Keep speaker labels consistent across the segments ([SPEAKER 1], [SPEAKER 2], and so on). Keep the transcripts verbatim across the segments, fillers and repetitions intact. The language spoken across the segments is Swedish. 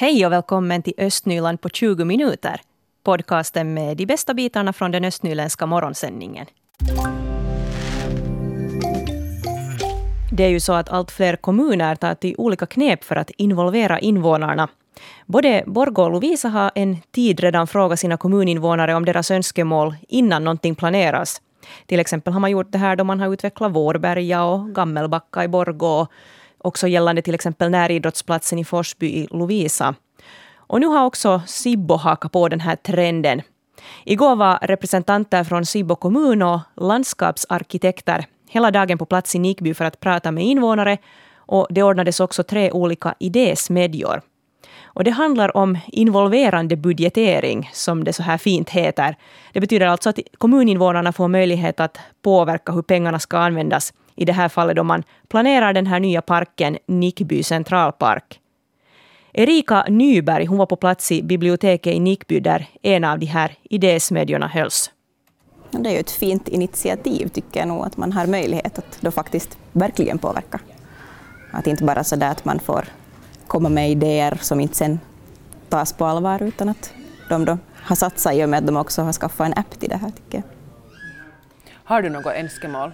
[SPEAKER 1] Hej och välkommen till Östnyland på tjugo minuter. Podcasten med de bästa bitarna från den östnyländska morgonsändningen. Det är ju så att allt fler kommuner tar till olika knep för att involvera invånarna. Både Borgå och Lovisa har en tid redan frågat sina kommuninvånare om deras önskemål innan någonting planeras. Till exempel har man gjort det här då man har utvecklat Vårberga och Gammelbacka i Borgå. Också gällande till exempel näridrottsplatsen i Forsby i Lovisa. Och nu har också Sibbo hakat på den här trenden. Igår var representanter från Sibbo kommun och landskapsarkitekter hela dagen på plats i Nikby för att prata med invånare. Och det ordnades också tre olika idésmedjor. Och det handlar om involverande budgetering, som det så här fint heter. Det betyder alltså att kommuninvånarna får möjlighet att påverka hur pengarna ska användas. I det här fallet då man planerar den här nya parken Nikby centralpark. Erika Nyberg, hon var på plats i biblioteket i Nikby där en av de här idésmedjorna hölls.
[SPEAKER 2] Det är ju ett fint initiativ tycker jag nog, att man har möjlighet att då faktiskt verkligen påverka. Att inte bara så där att man får komma med idéer som inte sen tas på allvar, utan att de då har satsat i och med att de också har skaffat en app till det här tycker jag.
[SPEAKER 3] Har du något önskemål?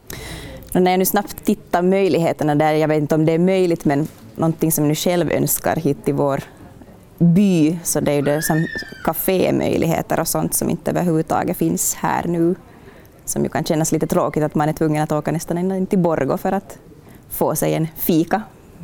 [SPEAKER 2] När jag nu snabbt tittar möjligheterna där, jag vet inte om det är möjligt, men någonting som jag nu själv önskar hit till vår by, så det är ju det som kafémöjligheter och sånt som inte överhuvudtaget finns här nu. Som ju kan kännas lite tråkigt att man är tvungen att åka nästan ända in till Borgå för att få sig en fika.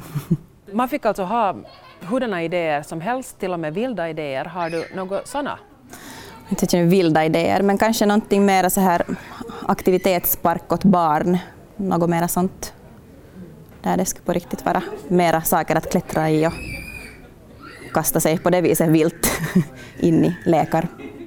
[SPEAKER 3] Man fick alltså ha hurdana idéer som helst, till och med vilda idéer. Har du något sådana?
[SPEAKER 2] Jag tycker vilda idéer, men kanske någonting mer så här aktivitetspark åt barn. Något mer sånt. Där det ska på riktigt vara mera saker att klättra i och kasta sig på det viset vilt in i lekar.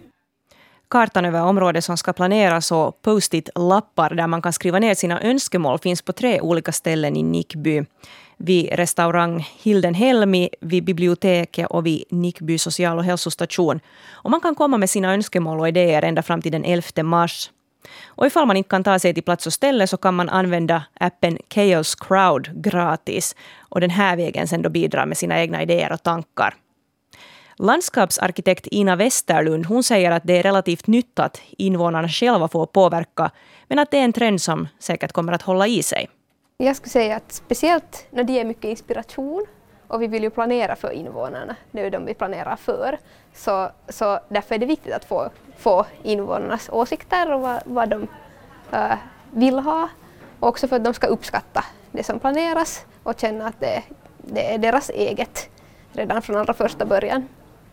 [SPEAKER 1] Kartan över området som ska planeras och post-it-lappar där man kan skriva ner sina önskemål finns på tre olika ställen i Nikby. Vid restaurang Hildenhelmi, vid biblioteket och vid Nikby social- och hälsostation. Och man kan komma med sina önskemål och idéer ända fram till den elfte mars. Och ifall man inte kan ta sig till plats och ställe så kan man använda appen Chaos Crowd gratis. Och den här vägen sen då bidrar med sina egna idéer och tankar. Landskapsarkitekt Ina Westerlund, hon säger att det är relativt nytt att invånarna själva får påverka. Men att det är en trend som säkert kommer att hålla i sig.
[SPEAKER 4] Jag skulle säga att speciellt när det ger mycket inspiration och vi vill ju planera för invånarna, det är ju de vi planerar för, så, så därför är det viktigt att få, få invånarnas åsikter och vad, vad de uh, vill ha, och också för att de ska uppskatta det som planeras och känna att det, det är deras eget redan från allra första början.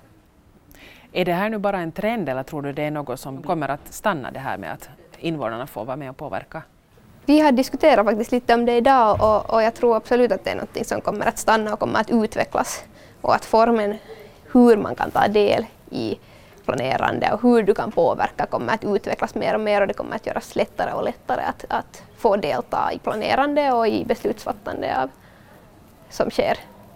[SPEAKER 3] Är det här nu bara en trend eller tror du det är något som kommer att stanna, det här med att invånarna får vara med och påverka?
[SPEAKER 4] Vi har diskuterat faktiskt lite om det idag och, och jag tror absolut att det är något som kommer att stanna och kommer att utvecklas. Och att formen hur man kan ta del i planerande och hur du kan påverka kommer att utvecklas mer och mer, och det kommer att göras lättare och lättare att, att få delta i planerande och i beslutsfattande av, som sker.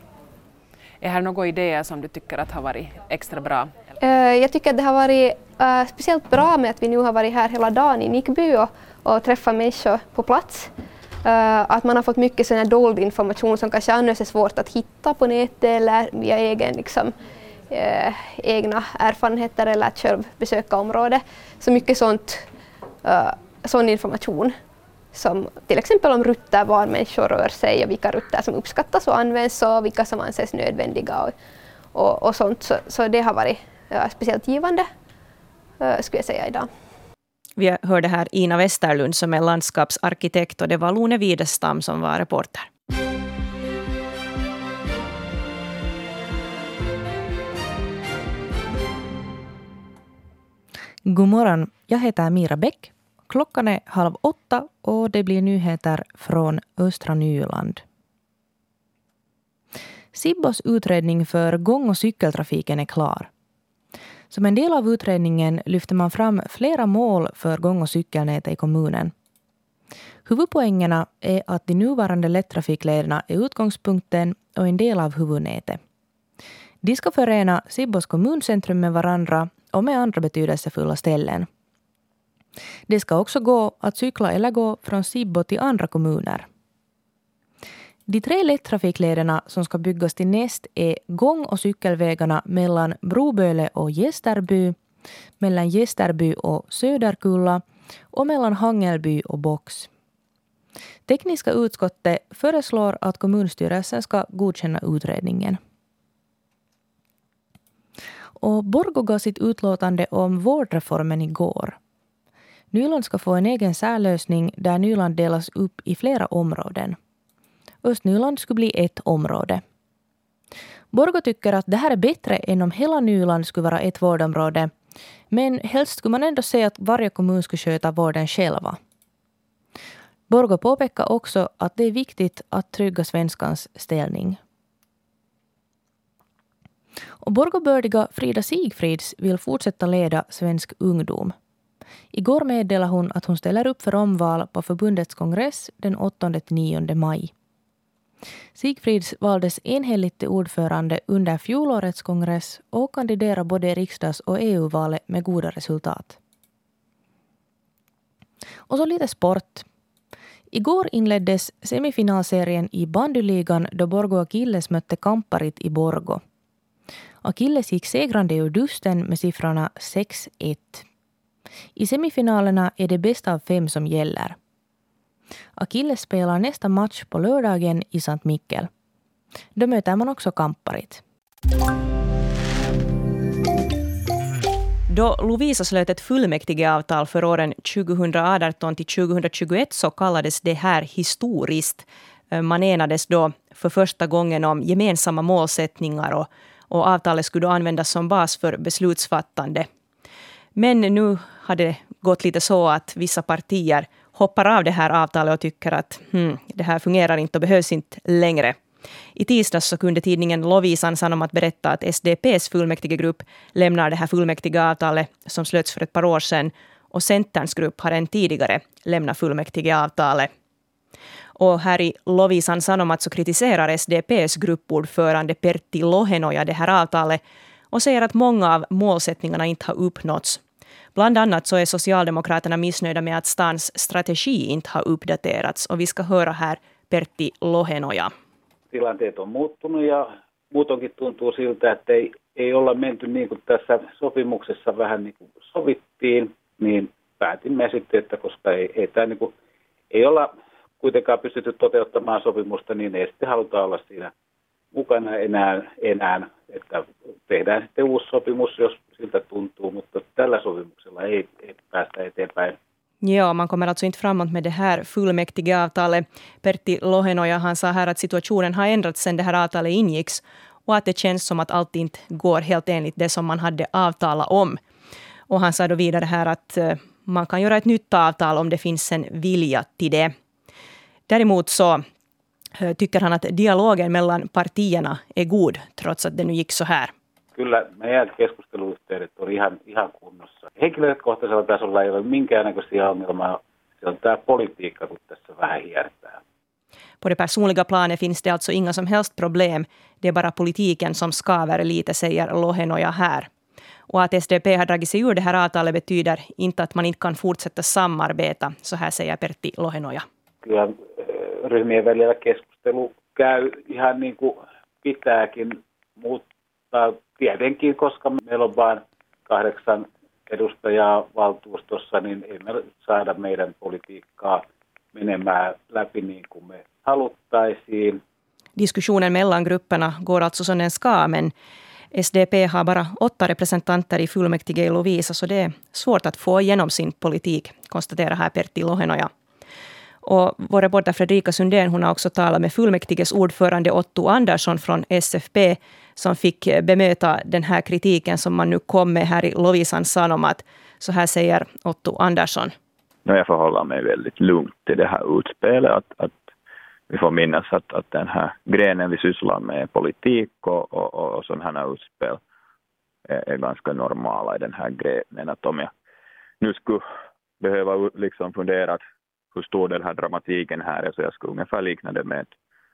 [SPEAKER 3] Är här några idéer som du tycker att har varit extra bra?
[SPEAKER 4] Uh, jag tycker att det har varit uh, speciellt bra med att vi nu har varit här hela dagen i Nikby och, och träffat människor på plats. Uh, att man har fått mycket sån här dold information som kanske annars är svårt att hitta på nätet eller via egen, liksom, uh, egna erfarenheter eller att själv besöka området. Så mycket sånt, uh, sån information som till exempel om rutter, var människor rör sig och vilka rutter som uppskattas och används och vilka som anses nödvändiga och, och, och sånt. Så, så det har varit uh, speciellt givande, uh, skulle jag säga idag.
[SPEAKER 1] Vi hörde här Ina Westerlund som är landskapsarkitekt och det var Lone Widestam som var reporter.
[SPEAKER 5] God morgon, jag heter Mira Bäck. Klockan är halv åtta och det blir nyheter från östra Nyland. Sibbos utredning för gång- och cykeltrafiken är klar. Som en del av utredningen lyfter man fram flera mål för gång- och cykelnätet i kommunen. Huvudpoängerna är att de nuvarande lättrafiklederna är utgångspunkten och en del av huvudnätet. De ska förena Sibbos kommuncentrum med varandra och med andra betydelsefulla ställen. Det ska också gå att cykla eller gå från Sibbo till andra kommuner. De tre lättrafiklederna som ska byggas till näst är gång- och cykelvägarna mellan Broböle och Gästerby, mellan Gästerby och Söderkulla och mellan Hangelby och Box. Tekniska utskottet föreslår att kommunstyrelsen ska godkänna utredningen. Och Borgå gav sitt utlåtande om vårdreformen igår. Nyland ska få en egen särlösning där Nyland delas upp i flera områden. Östnyland skulle bli ett område. Borgå tycker att det här är bättre än om hela Nyland skulle vara ett vårdområde. Men helst skulle man ändå säga att varje kommun skulle sköta vården själva. Borgå påpekar också att det är viktigt att trygga svenskans ställning. Och Borgåbördiga Frida Sigfrids vill fortsätta leda Svensk ungdom. Igår meddelade hon att hon ställer upp för omval på förbundets kongress den åttonde till nionde maj. Sigfrids valdes enhälligt till ordförande under fjolårets kongress och kandiderar både i riksdags- och E U-valet med goda resultat. Och så lite sport. Igår inleddes semifinalserien i bandyligan då Borgå Achilles mötte Kamparit i Borgå. Achilles gick segrande ur dusten med siffrorna sex ett. I semifinalerna är det bästa av fem som gäller. Achilles spelar nästa match på lördagen i Sankt Mikkel. Då möter man också Kamparit.
[SPEAKER 1] Då Lovisa slöt ett fullmäktigeavtal för åren tjugoarton till tjugohundratjugoett så kallades det här historiskt. Man enades då för första gången om gemensamma målsättningar och, och avtalet skulle då användas som bas för beslutsfattande. Men nu har det gått lite så att vissa partier hoppar av det här avtalet och tycker att hmm, det här fungerar inte och behövs inte längre. I tisdags så kunde tidningen Lovisan Sanomat berätta att S D P:s fullmäktigegrupp lämnar det här fullmäktigeavtalet som slöts för ett par år sedan och Centerns grupp har än tidigare lämnat fullmäktigeavtalet. Och här i Lovisan Sanomat så kritiserar S D P:s gruppordförande Pertti Lohenoja det här avtalet och säger att många av målsättningarna inte har uppnåtts. Bland annat så är Socialdemokraterna missnöjda med att stans strategi inte har uppdaterats och vi ska höra här Pertti Lohenoja.
[SPEAKER 6] Tilanteet on muuttunut ja muutonkin tuntuu siltä, että ei, ei olla menty niin kuin tässä sopimuksessa vähän niin kuin sovittiin, niin päätimme sitten, että koska ei, ei, tämä niin kuin, ei olla kuitenkaan pystytty toteuttamaan sopimusta, niin ei sitten haluta olla siinä mukana enää, enää että tehdään sitten uusi sopimus, jos siltä tuntuu, mutta tällä sopimuksella ei, ei päästä eteenpäin.
[SPEAKER 1] Ja, man kommer alltså inte framåt med det här fullmäktiga avtalet. Pertti Lohenoja, han sa här att situationen har ändrats sedan det här avtalet ingicks och att det känns som att allt inte går helt enligt det som man hade avtalat om. Och han sa då vidare här att man kan göra ett nytt avtal om det finns en vilja till det. Däremot så tycker han att dialogen mellan partierna är god trots att det nu gick så här.
[SPEAKER 6] Kyllä meidän keskusteluyhteydet oli ihan, ihan kunnossa. Henkilökohtaisella tasolla ei ole minkäännäköisiä ongelmaa. Se on tämä politiikka, kun tässä vähän hiertää.
[SPEAKER 1] På det personliga planet finns det alltså inga som helst problem. Det är bara politiken som skaver lite, säger Lohenoja här. Och att S D P har dragit sig ur det här avtalet betyder inte att man inte kan fortsätta samarbeta. Så här säger Pertti Lohenoja.
[SPEAKER 6] Kyllä ryhmien välillä keskustelu käy ihan niin kuin pitääkin, mutta tietenkin, koska meillä on vain kahdeksan edustajaa valtuustossa, niin emme saada meidän politiikkaa menemään läpi niin kuin me haluttaisiin.
[SPEAKER 1] Diskussionen mellan grupperna går alltså som den ska, men S D P har bara åtta representanter i fullmäktige i Lovisa, så det är svårt att få igenom sin politik, konstaterar här Pertti Lohenoja. Och vår reporter Fredrika Sundén, hon har också talat med fullmäktiges ordförande Otto Andersson från S F P som fick bemöta den här kritiken som man nu kom med här i Lovisan Sanomat. Så här säger Otto Andersson.
[SPEAKER 7] Jag förhåller mig väldigt lugnt till det här utspelet. Att, att vi får minnas att, att den här grenen vi sysslar med är politik och, och, och sådana här utspel är, är ganska normala i den här grenen. Att om jag nu skulle behöva liksom fundera hur stor den här dramatiken här är, så jag skulle ungefär likna det med ett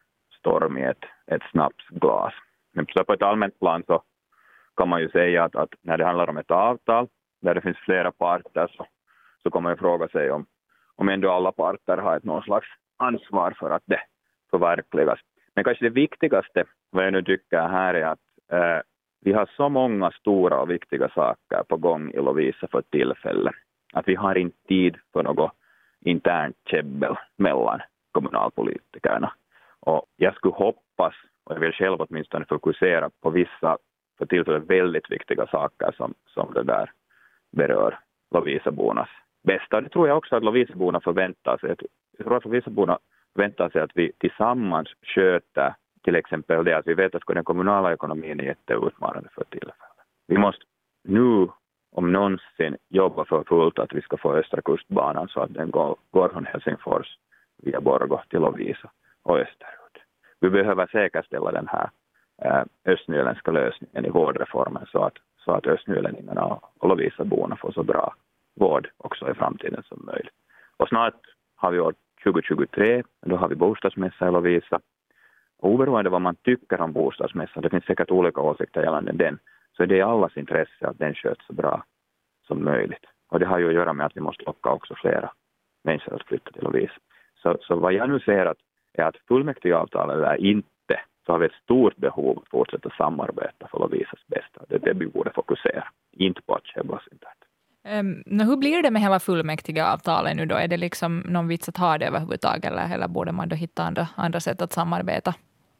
[SPEAKER 7] storm i ett, ett snapsglas. Men så på ett allmänt plan så kan man ju säga att, att när det handlar om ett avtal där det finns flera parter, så, så kommer man ju fråga sig om, om ändå alla parter har ett någon slags ansvar för att det förverkligas. Men kanske det viktigaste, vad jag nu tycker här, är att eh, vi har så många stora och viktiga saker på gång i Lovisa för tillfället. Att vi har inte tid för något internt käbbel mellan kommunalpolitikerna. Och jag skulle hoppas, och jag vill själv åtminstone fokusera på vissa för tillfället väldigt viktiga saker som, som det där berör Lovisabornas bästa. Det tror jag också att Lovisaborna förväntar sig. Jag tror att Lovisaborna förväntar sig att vi tillsammans sköter till exempel det att vi vet att den kommunala ekonomin är jätteutmanande för tillfället. Vi måste nu om någonsin jobba för fullt att vi ska få Östra kustbanan så att den går, går från Helsingfors via Borgå till Lovisa och österut. Vi behöver säkerställa den här eh, östnyländska lösningen i vårdreformen så att, så att östnylänningarna och Lovisaborna får så bra vård också i framtiden som möjligt. Och snart har vi år tjugo tjugotre, då har vi bostadsmässa i Lovisa. Oberoende vad man tycker om bostadsmässan, det finns säkert olika åsikter gällande den, så det är allas intresse att den sköts så bra som möjligt. Och det har ju att göra med att vi måste locka också flera människor att flytta till Lovisa. Så, så vad jag nu ser att, är att fullmäktigeavtalet är inte, så har vi ett stort behov att fortsätta samarbeta för Lovisas bästa. Det är det vi borde fokusera, inte på att käbblas internt.
[SPEAKER 8] Um, hur blir det med hela fullmäktigeavtalet nu då? Är det liksom någon vits att ha det överhuvudtaget eller, eller borde man då hitta andra, andra sätt att samarbeta?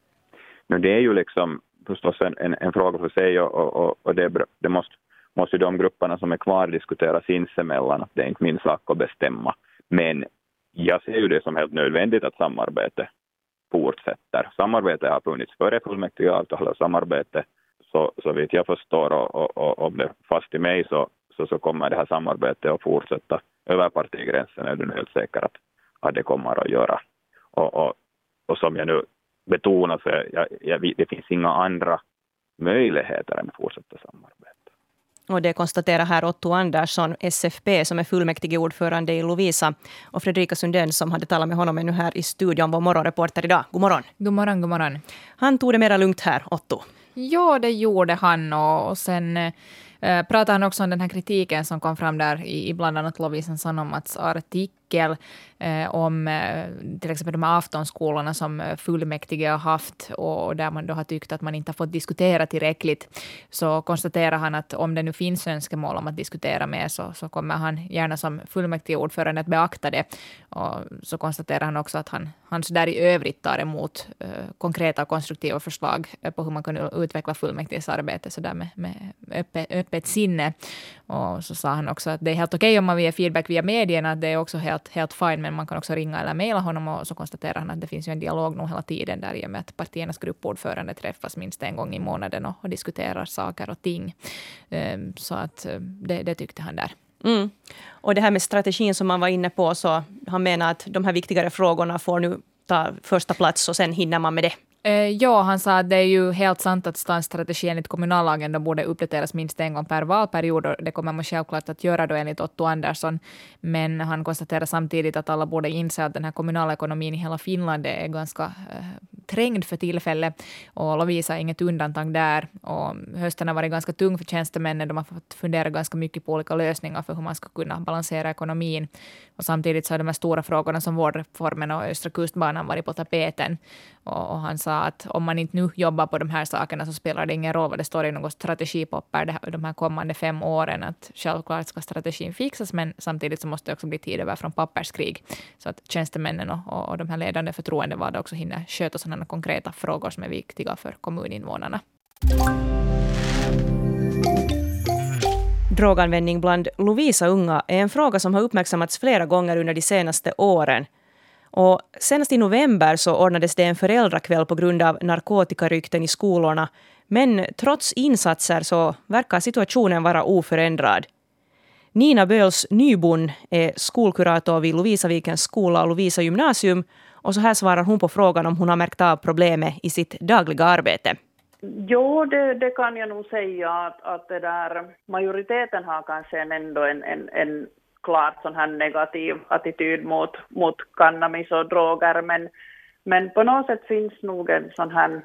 [SPEAKER 7] Nu, det är ju liksom förstås en, en, en fråga för sig och, och, och det, det måste, måste de grupperna som är kvar diskutera sinsemellan. Det är inte min sak att bestämma. Men jag ser ju det som helt nödvändigt att samarbete fortsätter. Samarbete har funnits före fullmäktigeavtalet och samarbete så, så vitt jag förstår och, och, och om det fast i mig så Så, så kommer det här samarbetet att fortsätta över partigränsen, är du nu helt säker att, att det kommer att göra. Och, och, och som jag nu betonar så jag, jag, det finns inga andra möjligheter än att fortsätta samarbeta.
[SPEAKER 1] Och det konstaterar här Otto Andersson, S F P, som är fullmäktigeordförande i Lovisa, och Fredrika Sundén som hade talat med honom ännu här i studion, vår morgonreporter idag. God morgon.
[SPEAKER 8] God morgon, god morgon.
[SPEAKER 1] Han tog det mera lugnt här, Otto.
[SPEAKER 8] Ja, det gjorde han och, och sen eh, pratade han också om den här kritiken som kom fram där i, i bland annat Lovisan Sanomats artikel eh, om eh, till exempel de här aftonskolorna som fullmäktige har haft och, och där man då har tyckt att man inte har fått diskutera tillräckligt. Så konstaterar han att om det nu finns önskemål om att diskutera med så, så kommer han gärna som fullmäktigeordförande att beakta det. Och så konstaterar han också att han, han så där i övrigt tar emot eh, konkreta och konstruktiva förslag eh, på hur man kan utveckla fullmäktiges arbete så där med, med öppet, öppet sinne. Och så sa han också att det är helt okej om man ger feedback via medierna, att det är också helt, helt fine, men man kan också ringa eller mejla honom. Och så konstaterar han att det finns ju en dialog nog hela tiden där i och med att partiernas gruppordförande träffas minst en gång i månaden och, och diskuterar saker och ting. Um, så att det, det tyckte han där.
[SPEAKER 1] Mm. Och det här med strategin som man var inne på, så han menar att de här viktigare frågorna får nu ta första plats och sen hinner man med det.
[SPEAKER 8] Eh, ja, han sa att det är ju helt sant att stans strategi enligt kommunallagen då borde uppdateras minst en gång per valperiod och det kommer man självklart att göra då enligt Otto Andersson. Men han konstaterar samtidigt att alla borde inse att den här kommunala ekonomin i hela Finland är ganska eh, trängd för tillfället och Lovisa är inget undantag där. Och hösten har varit ganska tung för tjänstemännen. De har fått fundera ganska mycket på olika lösningar för hur man ska kunna balansera ekonomin. Och samtidigt så är de här stora frågorna som vårdreformen och Östra kustbanan varit på tapeten. Och, och han sa att om man inte nu jobbar på de här sakerna så spelar det ingen roll vad det står i något strategipapper de här kommande fem åren. Att självklart ska strategin fixas men samtidigt så måste det också bli tid över från papperskrig. Så att tjänstemännen och, och de här ledande förtroendevalda också hinner sköta sådana konkreta frågor som är viktiga för kommuninvånarna.
[SPEAKER 1] Droganvändning bland Lovisa unga är en fråga som har uppmärksammats flera gånger under de senaste åren. Och senast i november så ordnades det en föräldrakväll på grund av narkotikarykten i skolorna. Men trots insatser så verkar situationen vara oförändrad. Nina Böls Nybon är skolkurator vid Lovisavikens skola och Lovisa gymnasium. Och så här svarar hon på frågan om hon har märkt av problemet i sitt dagliga arbete.
[SPEAKER 9] Jo, det, det kan jag nog säga att, att det där, majoriteten har kanske ändå en, en, en klart sån här negativ attityd mot, mot cannabis och droger, men, men på något sätt finns nog en sån här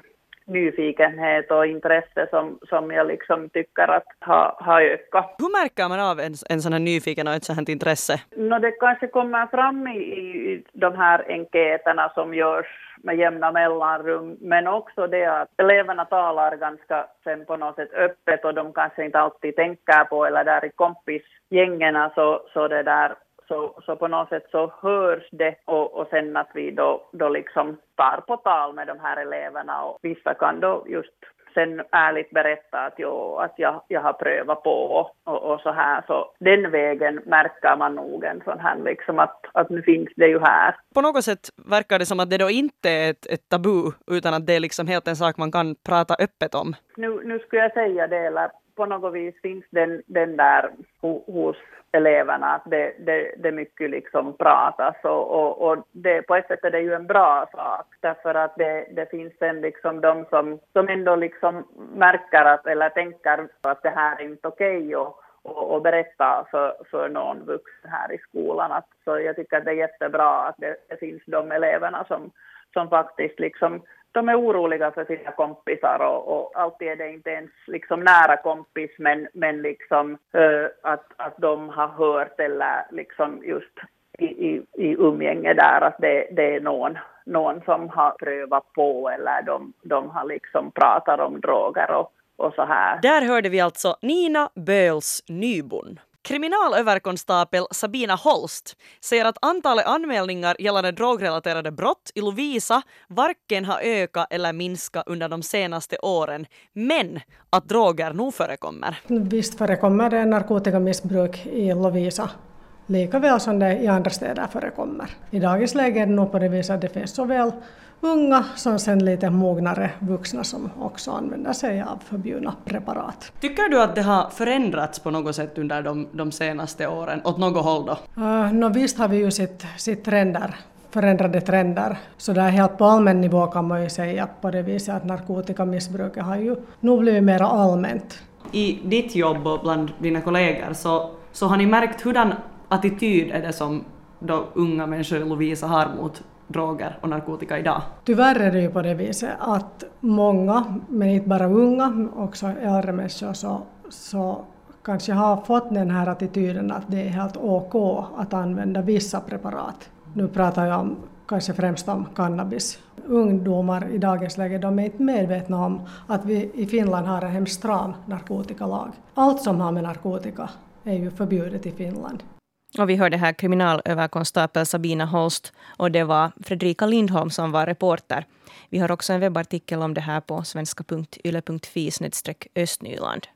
[SPEAKER 9] nyfikenhet och intresse som, som jag liksom tycker att har ha ökat.
[SPEAKER 1] Hur märker man av en, en sån här nyfiken och ett sånt här intresse?
[SPEAKER 9] No, det kanske kommer fram i, i de här enkäterna som görs med jämna mellanrum, men också det att eleverna talar ganska sen på något sätt öppet och de kanske inte alltid tänker på, eller där i kompisgängerna så, så det där Så, så på något sätt så hörs det och, och sen att vi då, då liksom tar på tal med de här eleverna och vissa kan då just sen ärligt berätta att, jo, att jag, jag har prövat på och, och, och så här. Så den vägen märker man nog en sån här liksom att, att nu finns det ju här.
[SPEAKER 1] På något sätt verkar det som att det då inte är ett, ett tabu utan att det är liksom helt en sak man kan prata öppet om.
[SPEAKER 9] Nu, nu skulle jag säga det, eller på något vis finns den, den där ho, hos eleverna att det, det, det mycket liksom pratas och, och, och det, på ett sätt är det ju en bra sak därför att det, det finns sen liksom de som, som ändå liksom märker att eller tänker att det här är inte okej och, och, och berätta för, för någon vuxen här i skolan. Att, så jag tycker att det är jättebra att det, det finns de eleverna som, som faktiskt liksom de är oroliga för sina kompisar och, och alltid är det inte ens liksom nära kompis men, men liksom uh, att, att de har hört eller liksom just i, i, i umgänge där att det, det är någon, någon som har prövat på eller de, de har liksom pratat om droger och, och så här.
[SPEAKER 1] Där hörde vi alltså Nina Böls Nybon. Kriminalöverkonstapel Sabina Holst säger att antalet anmälningar gällande drogrelaterade brott i Lovisa varken har ökat eller minskat under de senaste åren, men att droger nog förekommer.
[SPEAKER 10] Visst förekommer det narkotikamissbruk i Lovisa, lika väl som det i andra städer förekommer. I dagens läge är det nog på det viset att det finns såväl unga som sen lite mognare vuxna som också använder sig av förbjudna preparat.
[SPEAKER 1] Tycker du att det har förändrats på något sätt under de, de senaste åren? Åt något håll då?
[SPEAKER 10] Uh, no, visst har vi ju sitt, sitt trender, förändrade trender. Så där helt på allmän nivå kan man ju säga på det viset att narkotikamissbruket har ju nog blivit mer allmänt.
[SPEAKER 1] I ditt jobb och bland dina kollegor så, så har ni märkt hurdan attityd är det som då unga människor i Lovisa har mot droger och narkotika idag?
[SPEAKER 10] Tyvärr är det ju på det viset att många, men inte bara unga, också äldre människor så, så kanske har fått den här attityden att det är helt ok att använda vissa preparat. Nu pratar jag om, kanske främst om cannabis. Ungdomar i dagens läge de är inte medvetna om att vi i Finland har en hemskt stram narkotikalag. Allt som har med narkotika är ju förbjudet i Finland.
[SPEAKER 1] Och vi hörde här kriminalöverkonstapel Sabina Holst och det var Fredrika Lindholm som var reporter. Vi har också en webbartikel om det här på svenska punkt yle punkt fi snedstreck östnyland.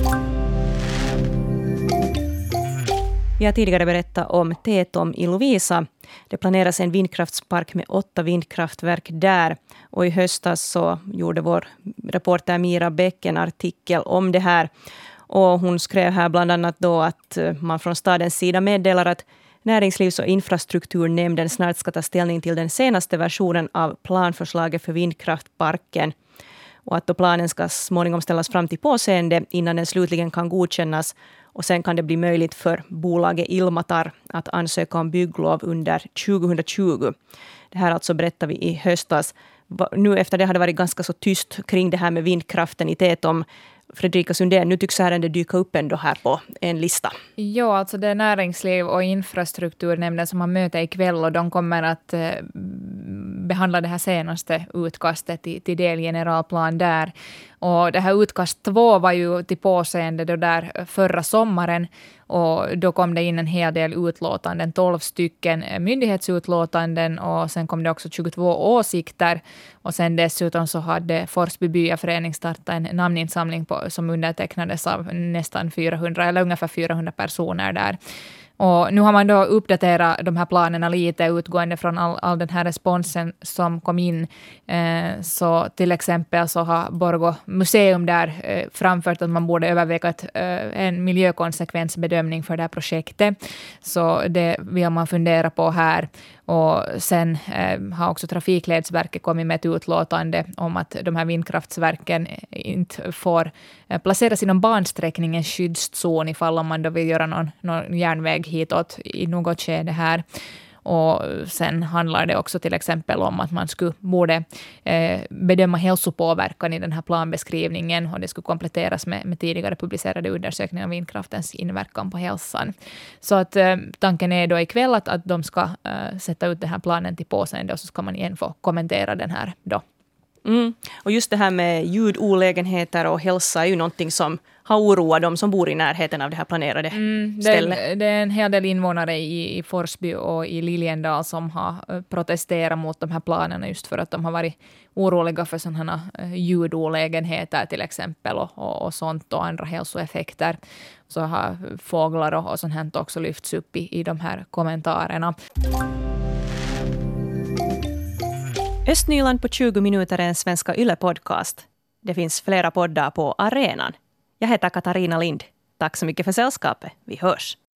[SPEAKER 1] Vi har tidigare berättat om Tetom i Lovisa. Det planeras en vindkraftspark med åtta vindkraftverk där. Och i höstas så gjorde vår reporter Mira Bäck en artikel om det här. Och hon skrev här bland annat då att man från stadens sida meddelar att Näringslivs- och infrastrukturnämnden snart ska ta ställning till den senaste versionen av planförslaget för vindkraftparken. Och att då planen ska småningom ställas fram till påseende innan den slutligen kan godkännas. Och sen kan det bli möjligt för bolaget Ilmatar att ansöka om bygglov under tjugohundratjugo. Det här alltså berättar vi i höstas. Nu efter det har det varit ganska så tyst kring det här med vindkraften i Tetom. Fredrika Sundén, nu tycks ärendet dyka upp ändå här på en lista.
[SPEAKER 8] Ja, alltså det är Näringsliv- och infrastrukturnämnden som har möte ikväll och de kommer att eh, behandla det här senaste utkastet till, till delgeneralplan där. Och det här utkast två var ju till påseende då där förra sommaren och då kom det in en hel del utlåtanden, tolv stycken myndighetsutlåtanden och sen kom det också tjugotvå åsikter och sen dessutom så hade Forsby byaförening startat en namninsamling på, som undertecknades av nästan fyrahundra eller ungefär fyrahundra personer där. Och nu har man då uppdaterat de här planerna lite utgående från all, all den här responsen som kom in. Eh, så till exempel så har Borgå museum där eh, framfört att man borde överväga ett, eh, en miljökonsekvensbedömning för det här projektet. Så det vill man fundera på här. Och sen eh, har också Trafikledsverket kommit med ett utlåtande om att de här vindkraftsverken inte får eh, placeras inom bansträckningens skyddszon ifall om man då vill göra någon, någon järnväg hitåt i något skede här. Och sen handlar det också till exempel om att man skulle borde eh, bedöma hälsopåverkan i den här planbeskrivningen, och det skulle kompletteras med, med tidigare publicerade undersökningar om vindkraftens inverkan på hälsan. Så att eh, tanken är då ikväll att, att de ska eh, sätta ut den här planen till påseende, och så ska man igen få kommentera den här då.
[SPEAKER 1] Mm. Och just det här med ljudolägenheter och hälsa är ju någonting som har oroat de som bor i närheten av det här planerade
[SPEAKER 8] mm,
[SPEAKER 1] stället.
[SPEAKER 8] Det, det är en hel del invånare i, i Forsby och i Liljendal som har protesterat mot de här planerna, just för att de har varit oroliga för sådana ljudolägenheter till exempel och, och, och sånt och andra hälsoeffekter. Så har fåglar och, och sånt här också lyfts upp i, i de här kommentarerna.
[SPEAKER 1] Östnyland på tjugo minuter är en Svenska Yle-podcast. Det finns flera poddar på arenan. Jag heter Katarina Lind. Tack så mycket för sällskapet. Vi hörs.